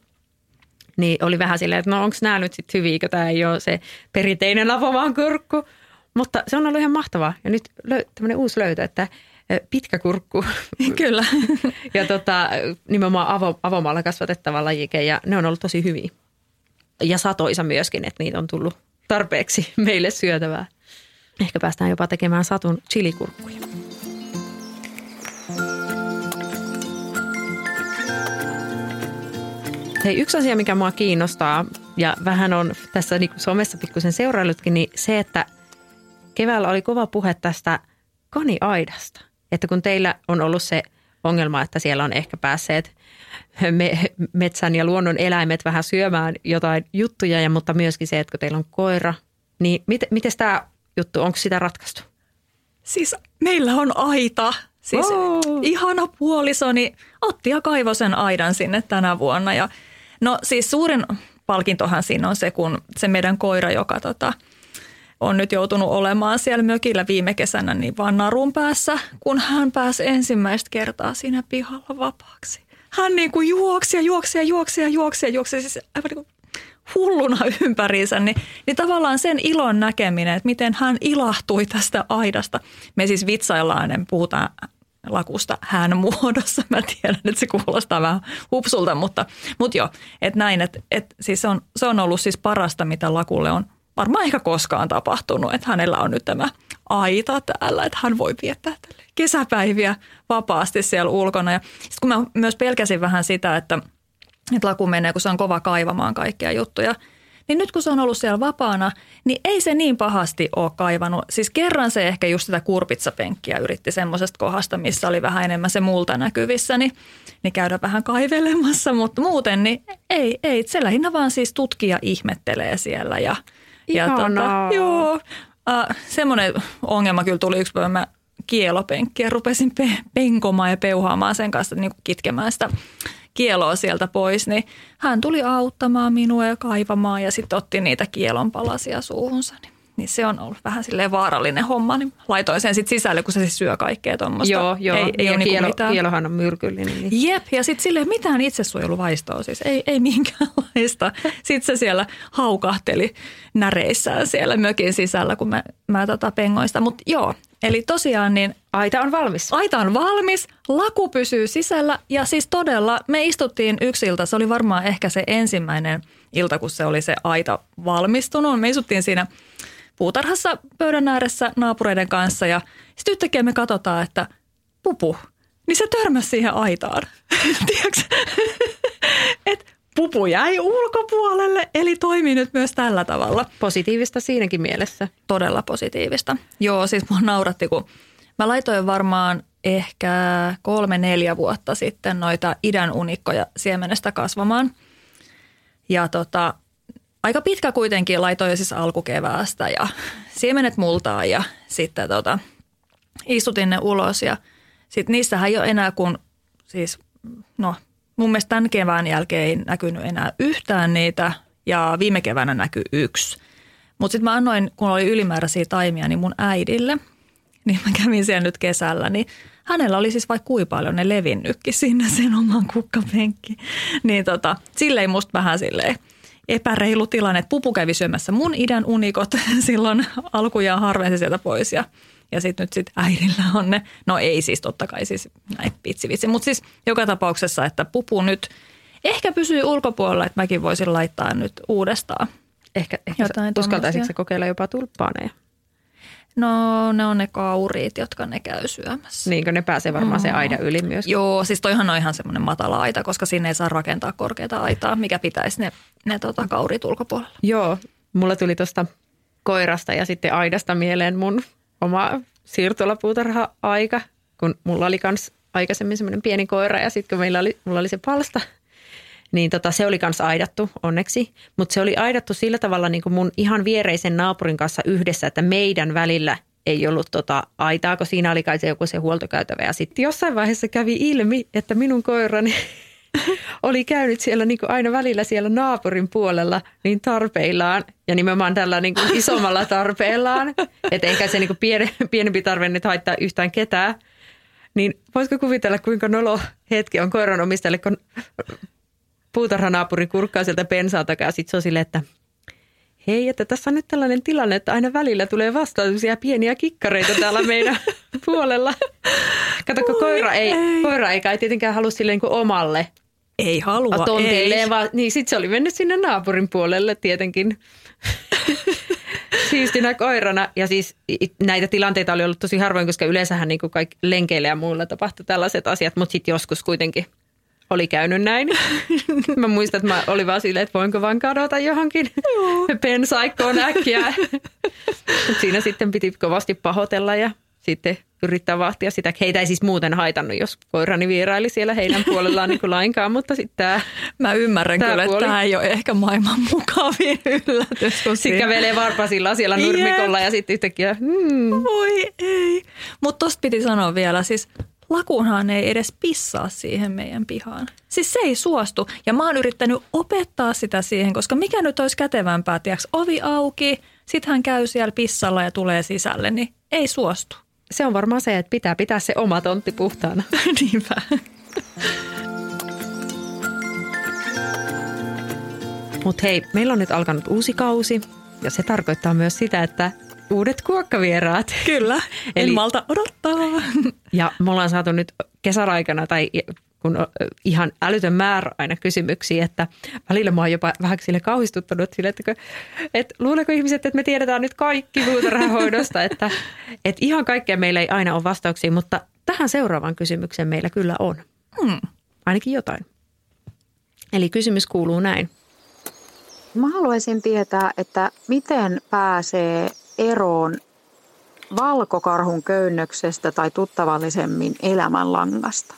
Niin oli vähän silleen, että no onko nämä nyt sitten hyviä, kun tämä ei ole se perinteinen avomankurkku. Mutta se on ollut ihan mahtavaa. Ja nyt löy- tämmöinen uusi löytö, että pitkä kurkku. Kyllä. ja tota, nimenomaan avo- avomaalla kasvatettava lajike ja ne on ollut tosi hyviä. Ja satoisa myöskin, että niitä on tullut tarpeeksi meille syötävää. Ehkä päästään jopa tekemään satun chilikurkkuja. Hei, yksi asia, mikä mua kiinnostaa ja vähän on tässä niin kuin somessa pikkusen seuraillutkin, niin se, että keväällä oli kova puhe tästä kaniaidasta. Että kun teillä on ollut se ongelma, että siellä on ehkä päässeet me, metsän ja luonnon eläimet vähän syömään jotain juttuja, ja, mutta myöskin se, että kun teillä on koira, niin mit, miten tämä juttu, onko sitä ratkaistu? Siis meillä on aita. Siis oh. ihana puolisoni otti ja kaivoi sen aidan sinne tänä vuonna. Ja no siis suurin palkintohan siinä on se, kun se meidän koira, joka tota, on nyt joutunut olemaan siellä mökillä viime kesänä niin vaan narun päässä, kun hän pääsi ensimmäistä kertaa siinä pihalla vapaaksi. Hän niin kuin juoksi ja juoksi ja juoksi ja juoksi ja juoksi, siis aivan niin kuin hulluna ympäriinsä, niin, niin tavallaan sen ilon näkeminen, että miten hän ilahtui tästä aidasta. Me siis vitsaillaan ja puhutaan lakusta hän muodossa. Mä tiedän, että se kuulostaa vähän hupsulta, mutta, mutta joo, että näin, että, että siis se, on, se on ollut siis parasta, mitä lakulle on varmaan ehkä koskaan tapahtunut, että hänellä on nyt tämä aita täällä, että hän voi viettää tälle kesäpäiviä vapaasti siellä ulkona. Ja sitten kun mä myös pelkäsin vähän sitä, että, että laku menee, kun se on kova kaivamaan kaikkia juttuja, niin nyt kun se on ollut siellä vapaana, niin ei se niin pahasti ole kaivannut. Siis kerran se ehkä just sitä kurpitsapenkkiä yritti semmoisesta kohdasta, missä oli vähän enemmän se multa näkyvissä, niin, niin käydä vähän kaivelemassa, mutta muuten niin ei, ei. Se lähinnä vaan siis tutkija ihmettelee siellä. Ja, ja tota, joo, äh, semmoinen ongelma kyllä tuli yksi päivä, mä kielopenkkiä rupesin pe- penkomaan ja peuhaamaan sen kanssa, niin kuin kitkemään sitä kieloa sieltä pois, niin hän tuli auttamaan minua ja kaivamaan ja sitten otti niitä kielonpalasia suuhunsa. Niin, niin se on ollut vähän silleen vaarallinen homma, niin laitoin sen sitten sisälle, kun se siis syö kaikkea tuommoista. Joo, joo. Ei, ei ja ole kielo, mitään. Kielohan on myrkyllinen. Niin. Jep, ja sitten silleen mitään itsesuojeluvaistoa siis, ei, ei minkäänlaista. Sitten se siellä haukahteli näreissään siellä mökin sisällä, kun mä, mä tota pengoin sitä. Mutta joo, eli tosiaan niin Aita on valmis. Aita on valmis, laku pysyy sisällä ja siis todella me istuttiin yksi ilta. Se oli varmaan ehkä se ensimmäinen ilta, kun se oli se aita valmistunut. Me istuttiin siinä puutarhassa pöydän ääressä naapureiden kanssa ja sitten yhtäkkiä me katsotaan, että pupu, niin se törmäsi siihen aitaan. Tiedätkö? Että pupu jäi ulkopuolelle, eli toimii nyt myös tällä tavalla. Positiivista siinäkin mielessä. Todella positiivista. Joo, siis mua nauratti, kun mä laitoin varmaan ehkä kolme, neljä vuotta sitten noita idän unikkoja siemenestä kasvamaan. Ja tota, aika pitkä kuitenkin laitoin jo siis alkukeväästä ja siemenet multaa ja sitten tota, istutin ne ulos. Ja sitten niissähän ei ole enää kuin siis, no mun mielestä tämän kevään jälkeen ei näkynyt enää yhtään niitä ja viime keväänä näkyi yksi. Mutta sitten mä annoin, kun oli ylimääräisiä taimia, niin mun äidille. Niin mä kävin siellä nyt kesällä, niin hänellä oli siis vaikka kuinka paljon ne levinnytkin sinne sen oman kukkapenkkiin. Niin tota, silleen musta vähän silleen epäreilu tilanne, että pupu kävi syömässä mun idän unikot silloin alkujaan harvensi sieltä pois ja, ja sitten nyt sit äidillä on ne. No ei siis totta kai siis näin vitsi vitsi, mutta siis joka tapauksessa, että pupu nyt ehkä pysyy ulkopuolella, että mäkin voisin laittaa nyt uudestaan. Ehkä, ehkä uskaltaisitko sä kokeilla jopa tulppaaneja? No ne on ne kauriit, jotka ne käy syömässä. Niinkö ne pääsee varmaan mm. se aida yli myös? Joo, siis toihan on ihan semmoinen matala aita, koska sinne ei saa rakentaa korkeata aitaa, mikä pitäisi ne, ne tota, kauriit ulkopuolella. Joo, mulla tuli tuosta koirasta ja sitten aidasta mieleen mun oma siirtolapuutarha-aika, kun mulla oli kans aikaisemmin semmoinen pieni koira ja sitten kun meillä oli, mulla oli se palsta, niin tota, se oli kans aidattu onneksi, mutta se oli aidattu sillä tavalla niin kuin mun ihan viereisen naapurin kanssa yhdessä, että meidän välillä ei ollut tota aitaa, kun siinä oli kai se joku se huoltokäytävä. Ja sitten jossain vaiheessa kävi ilmi, että minun koirani oli käynyt siellä niin kuin aina välillä siellä naapurin puolella niin tarpeillaan ja nimenomaan tällä niin kuin isommalla tarpeellaan, että eikä se niin kuin pienempi tarve nyt haittaa yhtään ketään. Niin voisiko kuvitella, kuinka nolo hetki on koiran omistajalle, kun puutarhanaapuri kurkkaa sieltä pensaa takaa ja sitten se on silleen, että hei, että tässä on nyt tällainen tilanne, että aina välillä tulee vastaan pieniä kikkareita täällä meidän puolella. Kato, kun koira ei, ei. koira ei kai tietenkään halua silleen niin kuin omalle. Ei halua, tontilleen, ei. Vaan, niin sitten se oli mennyt sinne naapurin puolelle tietenkin siistinä koirana. Ja siis näitä tilanteita oli ollut tosi harvoin, koska yleensähän niin kuin kaikki lenkeillä ja muulla tapahtui tällaiset asiat, mutta sitten joskus kuitenkin oli käynyt näin. Mä muistan, että mä olin vaan silleen, että voinko vaan kadota johonkin pensaikkoon äkkiä. Siinä sitten piti kovasti pahoitella ja sitten yrittää vahtia sitä. Heitä ei siis muuten haitannut, jos koirani vieraili siellä heidän puolellaan niin kuin lainkaan, mutta sitten tämä Mä ymmärrän tämä kyllä, puoli. Että tämä ei ole ehkä maailman mukavin yllätys. Sitten kävelee varpasilla siellä nurmikolla yeah. ja sitten yhtäkkiä hmm. Voi ei. Mutta tosta piti sanoa vielä, siis lakuunhan ei edes pissaa siihen meidän pihaan. Siis se ei suostu. Ja mä oon yrittänyt opettaa sitä siihen, koska mikä nyt olisi kätevämpää, tiiäks, ovi auki, sit hän käy siellä pissalla ja tulee sisälle, niin ei suostu. Se on varmaan se, että pitää pitää se oma tontti puhtaana. Niinpä. Mutta hei, meillä on nyt alkanut uusi kausi ja se tarkoittaa myös sitä, että uudet kuokkavieraat. Kyllä, en Eli, malta odottaa. Ja me ollaan saatu nyt kesän aikana tai kun ihan älytön määrä aina kysymyksiä, että välillä mä oon jopa vähän sille kauhistuttanut sille, että, että luuleeko ihmiset, että me tiedetään nyt kaikki puutarhahoidosta, että, että ihan kaikkea meillä ei aina ole vastauksia, mutta tähän seuraavaan kysymykseen meillä kyllä on. Hmm. Ainakin jotain. Eli kysymys kuuluu näin. Mä haluaisin tietää, että miten pääsee eroon valkokarhun köynnöksestä tai tuttavallisemmin elämänlangasta.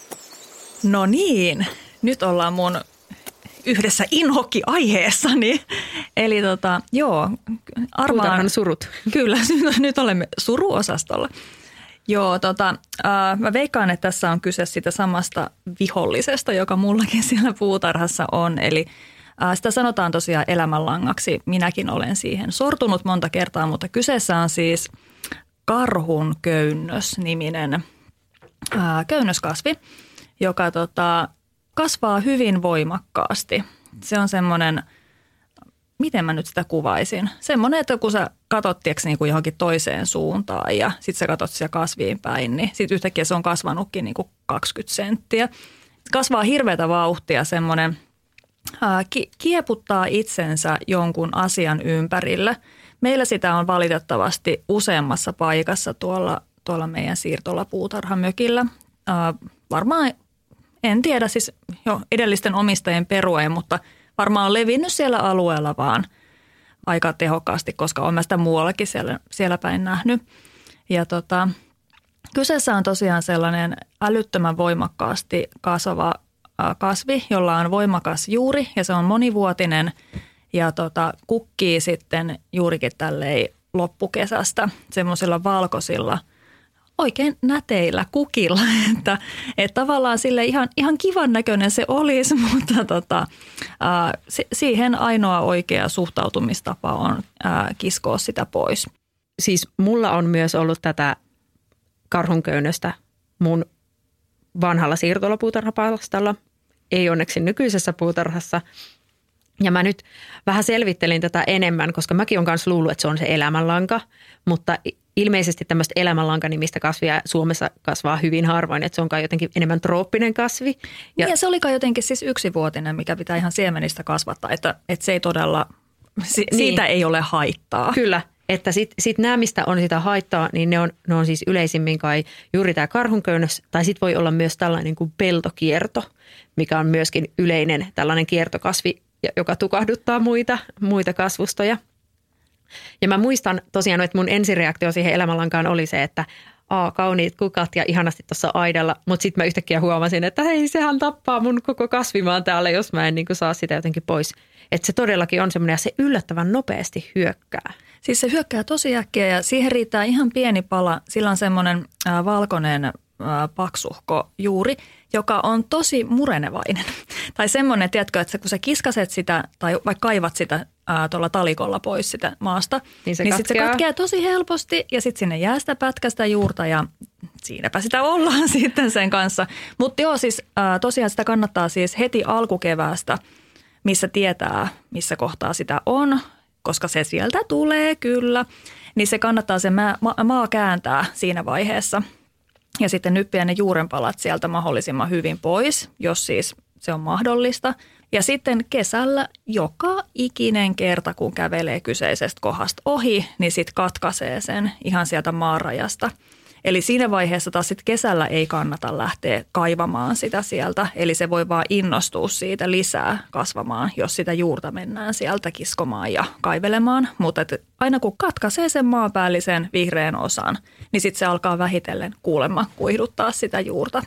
No niin, nyt ollaan mun yhdessä inhokki-aiheessani. Eli tota, joo, arvaan... Puutarhan surut. Kyllä, nyt olemme suruosastolla. Joo, tota, äh, mä veikkaan, että tässä on kyse siitä samasta vihollisesta, joka mullakin siellä puutarhassa on. Eli äh, sitä sanotaan tosiaan elämänlangaksi. Minäkin olen siihen sortunut monta kertaa, mutta kyseessä on siis karhun köynnös-niminen äh, köynnöskasvi, joka tota, kasvaa hyvin voimakkaasti. Se on semmoinen, miten mä nyt sitä kuvaisin? Semmoinen, että kun sä katot tiiäks, niin kuin johonkin toiseen suuntaan ja sit sä katot siellä kasviin päin, niin sit yhtäkkiä se on kasvanutkin niin kuin kaksikymmentä senttiä. Kasvaa hirveätä vauhtia, semmoinen ää, ki- kieputtaa itsensä jonkun asian ympärillä. Meillä sitä on valitettavasti useammassa paikassa tuolla, tuolla meidän siirtolapuutarhamökillä. Ää, varmaan, en tiedä siis jo edellisten omistajien peruen, mutta varmaan on levinnyt siellä alueella vaan aika tehokkaasti, koska olen sitä muuallakin siellä, siellä päin nähnyt. Ja tota, kyseessä on tosiaan sellainen älyttömän voimakkaasti kasvava kasvi, jolla on voimakas juuri ja se on monivuotinen ja tota, kukkii sitten juurikin tälleen loppukesästä semmoisilla valkoisilla oikein näteillä kukilla, että, että tavallaan sille ihan, ihan kivan näköinen se olisi, mutta tota, ää, siihen ainoa oikea suhtautumistapa on ää, kiskoa sitä pois. Siis mulla on myös ollut tätä karhunköynnöstä mun vanhalla siirtolapuutarhapalstalla, ei onneksi nykyisessä puutarhassa. Ja mä nyt vähän selvittelin tätä enemmän, koska mäkin olen myös luullut, että se on se elämänlanka, mutta ilmeisesti tämmöistä elämänlankanimistä kasvia Suomessa kasvaa hyvin harvoin, että se onkaan jotenkin enemmän trooppinen kasvi. Ja, niin ja se olikaan jotenkin siis yksivuotinen, mikä pitää ihan siemenistä kasvattaa, että, että se ei todella, si, niin. Siitä ei ole haittaa. Kyllä, että sitten sit nämä, mistä on sitä haittaa, niin ne on, ne on siis yleisimmin kai juuri tämä karhunköynnös, tai sitten voi olla myös tällainen kuin peltokierto, mikä on myöskin yleinen tällainen kiertokasvi, joka tukahduttaa muita, muita kasvustoja. Ja mä muistan tosiaan, että mun ensireaktio siihen elämänlankaan oli se, että aa, kauniit kukat ja ihanasti tuossa aidalla, mutta sitten mä yhtäkkiä huomasin, että hei, sehän tappaa mun koko kasvimaan täällä, jos mä en niin kuin saa sitä jotenkin pois. Että se todellakin on semmoinen ja se yllättävän nopeasti hyökkää. Siis se hyökkää tosi äkkiä ja siihen riittää ihan pieni pala. Sillä on semmoinen äh, valkoinen äh, paksuhko juuri, joka on tosi murenevainen. Tai semmoinen, tiedätkö, että kun sä kiskaset sitä tai vaikka kaivat sitä ää, tuolla talikolla pois sitä maasta, niin se niin katkeaa. Sit se katkeaa tosi helposti ja sitten sinne jää sitä pätkästä juurta ja siinäpä sitä ollaan sitten sen kanssa. Mutta joo, siis ää, tosiaan sitä kannattaa siis heti alkukeväästä, missä tietää, missä kohtaa sitä on, koska se sieltä tulee kyllä, niin se kannattaa se maa, maa kääntää siinä vaiheessa. Ja sitten nyppiä ne juurenpalat sieltä mahdollisimman hyvin pois, jos siis se on mahdollista. Ja sitten kesällä joka ikinen kerta, kun kävelee kyseisestä kohdasta ohi, niin sitten katkaisee sen ihan sieltä maarajasta. Eli siinä vaiheessa taas sitten kesällä ei kannata lähteä kaivamaan sitä sieltä. Eli se voi vaan innostua siitä lisää kasvamaan, jos sitä juurta mennään sieltä kiskomaan ja kaivelemaan. Mutta aina kun katkaisee sen maanpäällisen vihreän osan, niin sitten se alkaa vähitellen kuulemma kuihduttaa sitä juurta.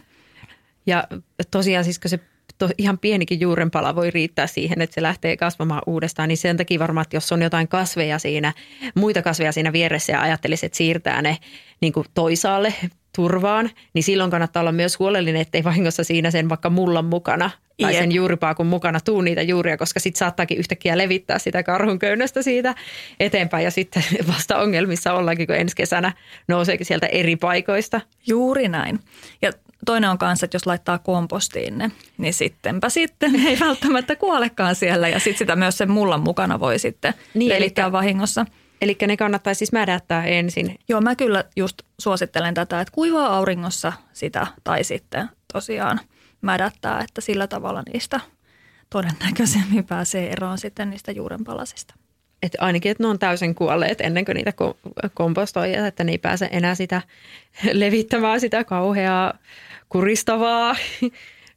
Ja tosiaan siis kun se to, ihan pienikin juurenpala voi riittää siihen, että se lähtee kasvamaan uudestaan, niin sen takia varmaan, että jos on jotain kasveja siinä, muita kasveja siinä vieressä ja ajattelisi, että siirtää ne niin kuin toisaalle turvaan, niin silloin kannattaa olla myös huolellinen, ettei vahingossa siinä sen vaikka mullan mukana tai sen juuripaakun mukana tuu niitä juuria, koska sitten saattaakin yhtäkkiä levittää sitä karhunköynnöstä siitä eteenpäin ja sitten vasta ongelmissa ollaankin, kun ensi kesänä nouseekin sieltä eri paikoista. Juuri näin. Ja toinen on kanssa, että jos laittaa kompostiin ne, niin sittenpä sitten ei välttämättä kuolekaan siellä ja sitten sitä myös sen mullan mukana voi sitten niin, levittää eli vahingossa. Eli ne kannattaa siis mädättää ensin. Joo, mä kyllä just suosittelen tätä, että kuivaa auringossa sitä tai sitten tosiaan mädättää, että sillä tavalla niistä todennäköisemmin pääsee eroon sitten niistä juurenpalasista. Että ainakin, että ne on täysin kuolleet ennen kuin niitä kompostoijat, että ne ei pääse enää sitä levittämään sitä kauheaa kuristavaa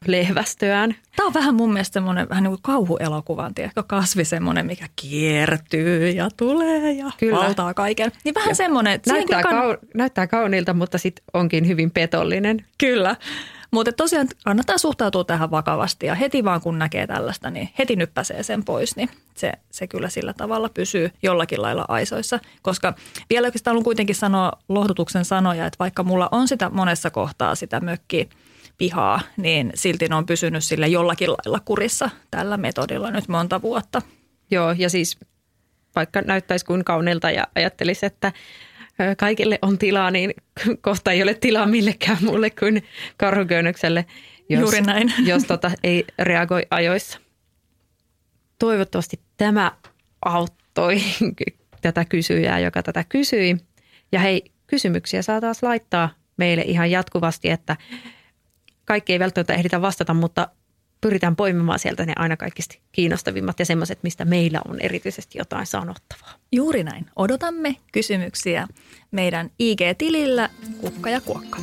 lehvästöään. Tämä on vähän mun mielestä semmoinen vähän niin kuin kauhuelokuvan, tiedätkö, kasvi semmoinen, mikä kiertyy ja tulee ja Kyllä. valtaa kaiken. Niin vähän ja semmoinen. Näyttää, kann... kau... näyttää kauniilta, mutta sitten onkin hyvin petollinen. Kyllä. Mutta tosiaan kannattaa suhtautua tähän vakavasti ja heti vaan kun näkee tällaista, niin heti nyppäsee sen pois, niin se, se kyllä sillä tavalla pysyy jollakin lailla aisoissa. Koska vielä oikeastaan haluan kuitenkin sanoa lohdutuksen sanoja, että vaikka mulla on sitä monessa kohtaa sitä mökkiä pihaa, niin silti ne on pysynyt sille jollakin lailla kurissa tällä metodilla nyt monta vuotta. Joo, ja siis vaikka näyttäisi kuin kauniilta ja ajattelisi, että kaikille on tilaa, niin kohta ei ole tilaa millekään muulle kuin karhuköynnökselle, jos, Juuri näin. jos tota ei reagoi ajoissa. Toivottavasti tämä auttoi tätä kysyjää, joka tätä kysyi. Ja hei, kysymyksiä saa taas laittaa meille ihan jatkuvasti, että kaikki ei välttämättä ehditä vastata, mutta pyritään poimimaan sieltä ne aina kaikista kiinnostavimmat ja semmoiset, mistä meillä on erityisesti jotain sanottavaa. Juuri näin. Odotamme kysymyksiä meidän I G-tilillä Kukka ja Kuokka.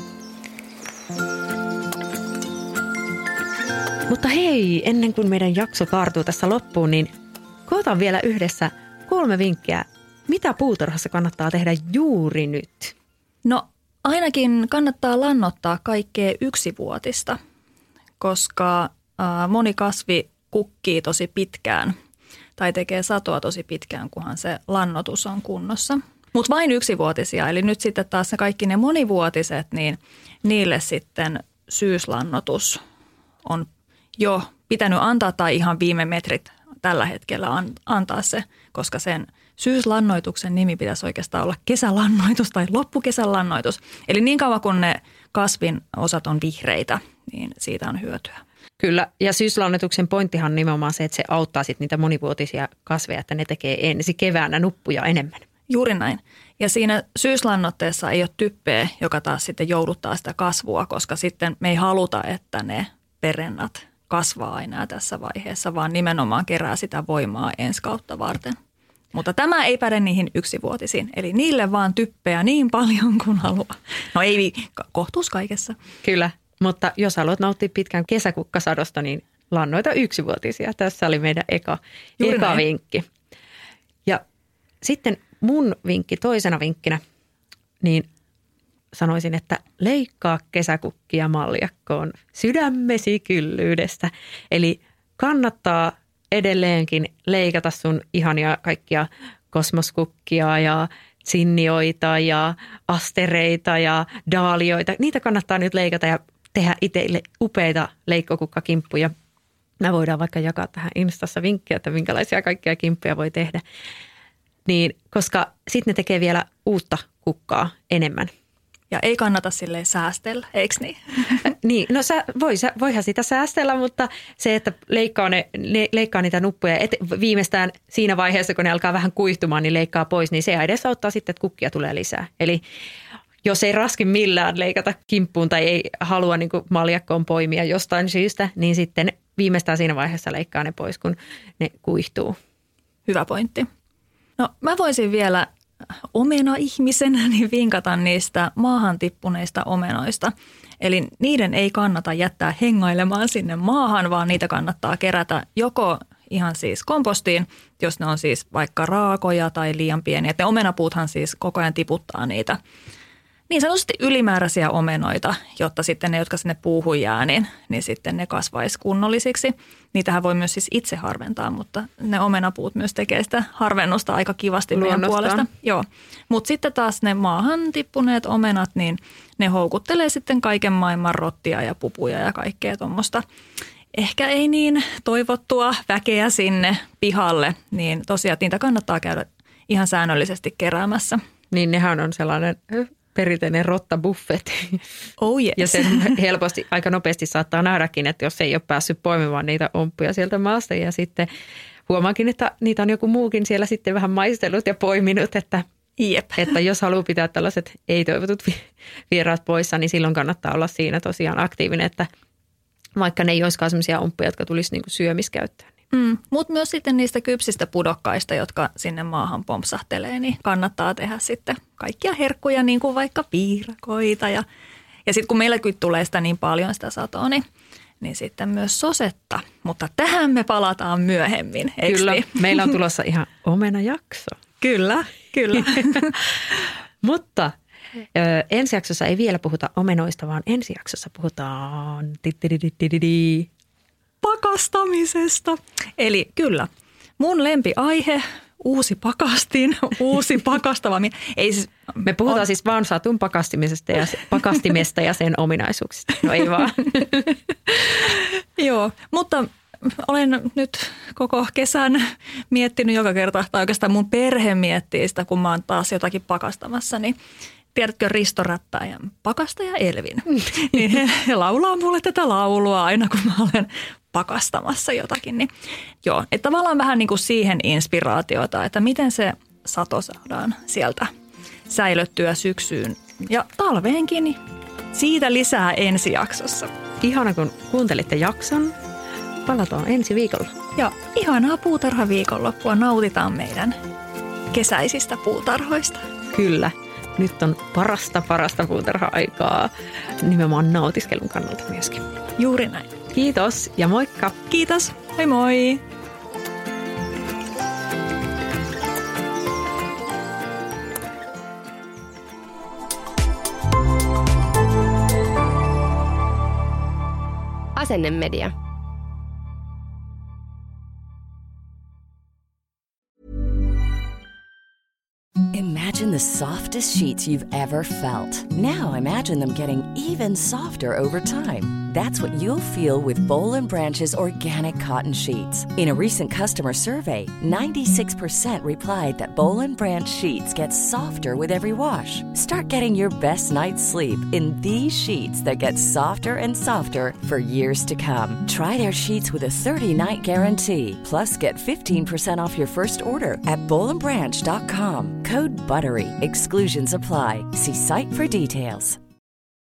Mutta hei, ennen kuin meidän jakso kaartuu tässä loppuun, niin kootaan vielä yhdessä kolme vinkkiä, mitä puutarhassa kannattaa tehdä juuri nyt. No ainakin kannattaa lannoittaa kaikkea yksivuotista, koska moni kasvi kukkii tosi pitkään tai tekee satoa tosi pitkään, kunhan se lannoitus on kunnossa. Mutta vain yksivuotisia, eli nyt sitten taas ne kaikki ne monivuotiset, niin niille sitten syyslannoitus on jo pitänyt antaa tai ihan viime metrit tällä hetkellä antaa se, koska sen syyslannoituksen nimi pitäisi oikeastaan olla kesälannoitus tai loppukesänlannoitus. Eli niin kauan kun ne kasvin osat on vihreitä, niin siitä on hyötyä. Kyllä, ja syyslannoituksen pointtihan on nimenomaan se, että se auttaa sitten niitä monivuotisia kasveja, että ne tekee ensi keväänä nuppuja enemmän. Juuri näin. Ja siinä syyslannoitteessa ei ole typpeä, joka taas sitten jouduttaa sitä kasvua, koska sitten me ei haluta, että ne perennat kasvaa enää tässä vaiheessa, vaan nimenomaan kerää sitä voimaa ensi kautta varten. Mutta tämä ei päde niihin yksivuotisiin, eli niille vaan typpeä niin paljon kuin haluaa. No ei, kohtuus kaikessa. Kyllä. Mutta jos haluat nauttia pitkään kesäkukkasadosta, niin lannoita yksivuotisia. Tässä oli meidän eka, eka vinkki. Ja sitten mun vinkki toisena vinkkinä, niin sanoisin, että leikkaa kesäkukkia maljakkoon sydämesi kyllyydestä. Eli kannattaa edelleenkin leikata sun ihania kaikkia kosmoskukkia ja sinnioita ja astereita ja daalioita. Niitä kannattaa nyt leikata ja tehdä itselle upeita leikkokukkakimppuja. Mä voidaan vaikka jakaa tähän Instassa vinkkejä, että minkälaisia kaikkia kimppuja voi tehdä. Niin, koska sitten ne tekee vielä uutta kukkaa enemmän. Ja ei kannata silleen säästellä, eikö niin? Niin, no sä, voi, voihan sitä säästellä, mutta se, että leikkaa, ne, ne, leikkaa niitä nuppuja et, viimeistään siinä vaiheessa, kun ne alkaa vähän kuihtumaan, niin leikkaa pois, niin se edesauttaa sitten, että kukkia tulee lisää. Eli jos ei raski millään leikata kimppuun tai ei halua niin kuin maljakkoon poimia jostain syystä, niin sitten viimeistään siinä vaiheessa leikkaa ne pois, kun ne kuihtuu. Hyvä pointti. No mä voisin vielä omena-ihmisenä niin vinkata niistä maahan tippuneista omenoista. Eli niiden ei kannata jättää hengailemaan sinne maahan, vaan niitä kannattaa kerätä joko ihan siis kompostiin, jos ne on siis vaikka raakoja tai liian pieniä. Ne omenapuuthan siis koko ajan tiputtaa niitä niin sanotusti ylimääräisiä omenoita, jotta sitten ne, jotka sinne puuhun jää, niin, niin sitten ne kasvaisi kunnollisiksi. Niitähän voi myös siis itse harventaa, mutta ne omenapuut myös tekee sitä harvennusta aika kivasti meidän puolesta. Joo. Mutta sitten taas ne maahan tippuneet omenat, niin ne houkuttelee sitten kaiken maailman rottia ja pupuja ja kaikkea tuommoista. Ehkä ei niin toivottua väkeä sinne pihalle, niin tosiaan niitä kannattaa käydä ihan säännöllisesti keräämässä. Niin nehän on sellainen perinteinen rottabuffet. Oh yes. Ja sen helposti aika nopeasti saattaa nähdäkin, että jos ei ole päässyt poimimaan niitä omppuja sieltä maasta. Ja sitten huomaankin, että niitä on joku muukin siellä sitten vähän maistellut ja poiminut, että, Jep. että jos haluaa pitää tällaiset ei-toivotut vieraat poissa, niin silloin kannattaa olla siinä tosiaan aktiivinen, että vaikka ne ei olisikaan sellaisia omppuja, jotka tulisi niin kuin syömiskäyttöön. Mm, mutta myös sitten niistä kypsistä pudokkaista, jotka sinne maahan pompsahtelee, niin kannattaa tehdä sitten kaikkia herkkuja, niin kuin vaikka piirakoita. Ja, ja sitten kun meilläkin tulee sitä niin paljon sitä satoa, niin niin sitten myös sosetta. Mutta tähän me palataan myöhemmin, eikö Kyllä, niin? meillä on tulossa ihan omenajakso. Kyllä, kyllä. Mutta ö, ensi jaksossa ei vielä puhuta omenoista, vaan ensi jaksossa puhutaan pakastamisesta. Eli kyllä, mun lempiaihe, uusi pakastin, uusi pakastava. Ei siis, Me puhutaan on... siis vaan satun pakastimesta ja, pakastimesta ja sen ominaisuuksista. No ei vaan. Joo, mutta olen nyt koko kesän miettinyt joka kerta, tai oikeastaan mun perhe miettii sitä, kun mä oon taas jotakin pakastamassa, niin tiedätkö Risto Rattajan Pakastaja Elvin? Niin he, he laulaa mulle tätä laulua aina, kun mä olen pakastamassa jotakin. Niin, joo, että tavallaan vähän niin kuin siihen inspiraatiota, että miten se sato saadaan sieltä säilöttyä syksyyn ja talveenkin, niin siitä lisää ensi jaksossa. Ihana, kun kuuntelitte jakson. Palataan ensi viikolla. Ja ihanaa puutarhaviikonloppua. Nautitaan meidän kesäisistä puutarhoista. Kyllä. Nyt on parasta, parasta puutarha-aikaa nimenomaan nautiskelun kannalta myöskin. Juuri näin. Kiitos ja moikka. Kiitos. Moi moi. Asennemedia. Imagine the softest sheets you've ever felt. Now imagine them getting even softer over time. That's what you'll feel with Boll and Branch's organic cotton sheets. In a recent customer survey, ninety-six percent replied that Boll and Branch sheets get softer with every wash. Start getting your best night's sleep in these sheets that get softer and softer for years to come. Try their sheets with a thirty-night guarantee. Plus, get fifteen percent off your first order at boll and branch dot com. Code BUTTERY. Exclusions apply. See site for details.